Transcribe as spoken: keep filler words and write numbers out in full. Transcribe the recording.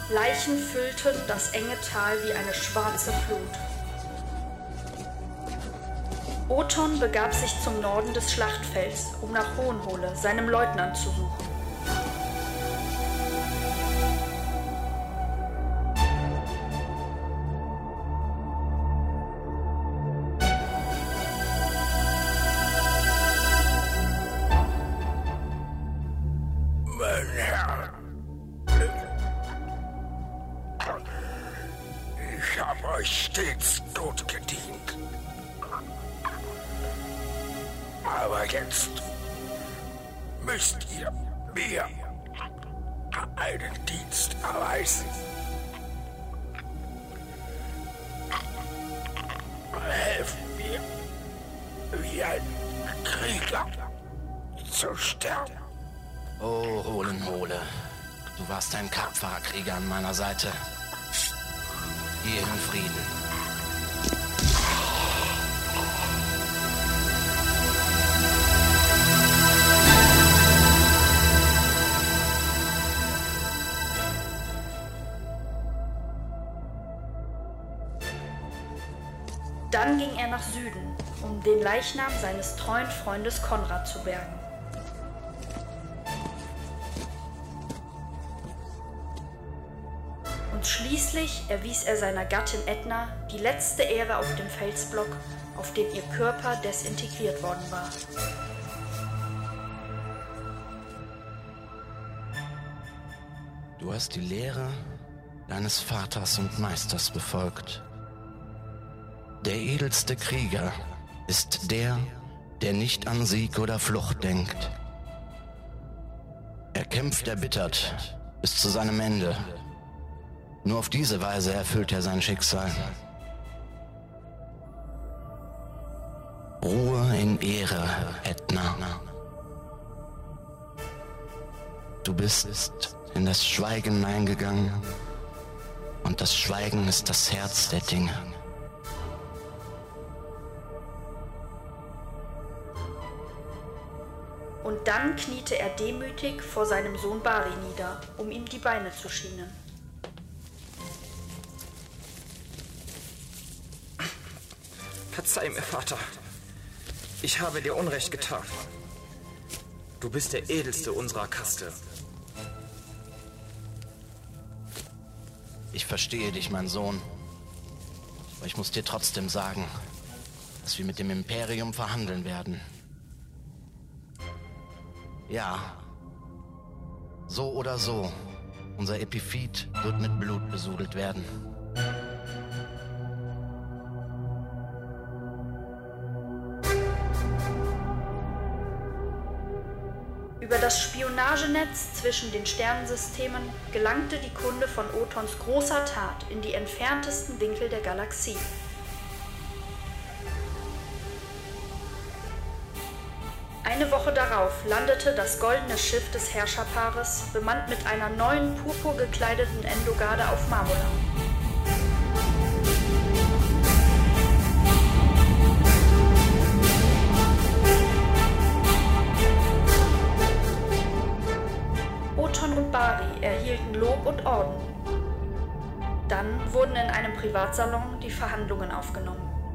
Leichen füllten das enge Tal wie eine schwarze Flut. Othon begab sich zum Norden des Schlachtfelds, um nach Hohenhole, seinem Leutnant, zu suchen. Mein Herr, ich habe euch stets gut gedient. Aber jetzt müsst ihr mir einen Dienst erweisen. Helft mir, wie ein Krieger zu sterben. Oh, Hohenhole, du warst ein tapferer Krieger an meiner Seite. Geh in Frieden. Dann ging er nach Süden, um den Leichnam seines treuen Freundes Konrad zu bergen. Und schließlich erwies er seiner Gattin Edna die letzte Ehre auf dem Felsblock, auf dem ihr Körper desintegriert worden war. Du hast die Lehre deines Vaters und Meisters befolgt. Der edelste Krieger ist der, der nicht an Sieg oder Flucht denkt. Er kämpft erbittert bis zu seinem Ende. Nur auf diese Weise erfüllt er sein Schicksal. Ruhe in Ehre, Edna. Du bist in das Schweigen eingegangen und das Schweigen ist das Herz der Dinge. Und dann kniete er demütig vor seinem Sohn Bari nieder, um ihm die Beine zu schienen. Verzeih mir, Vater. Ich habe dir Unrecht getan. Du bist der Edelste unserer Kaste. Ich verstehe dich, mein Sohn. Aber ich muss dir trotzdem sagen, dass wir mit dem Imperium verhandeln werden. Ja, so oder so, unser Epiphyt wird mit Blut besudelt werden. Über das Spionagenetz zwischen den Sternensystemen gelangte die Kunde von Othons großer Tat in die entferntesten Winkel der Galaxie. Eine Woche darauf landete das goldene Schiff des Herrscherpaares, bemannt mit einer neuen purpurgekleideten Endogarde auf Marmola. Othon und Bari erhielten Lob und Orden. Dann wurden in einem Privatsalon die Verhandlungen aufgenommen.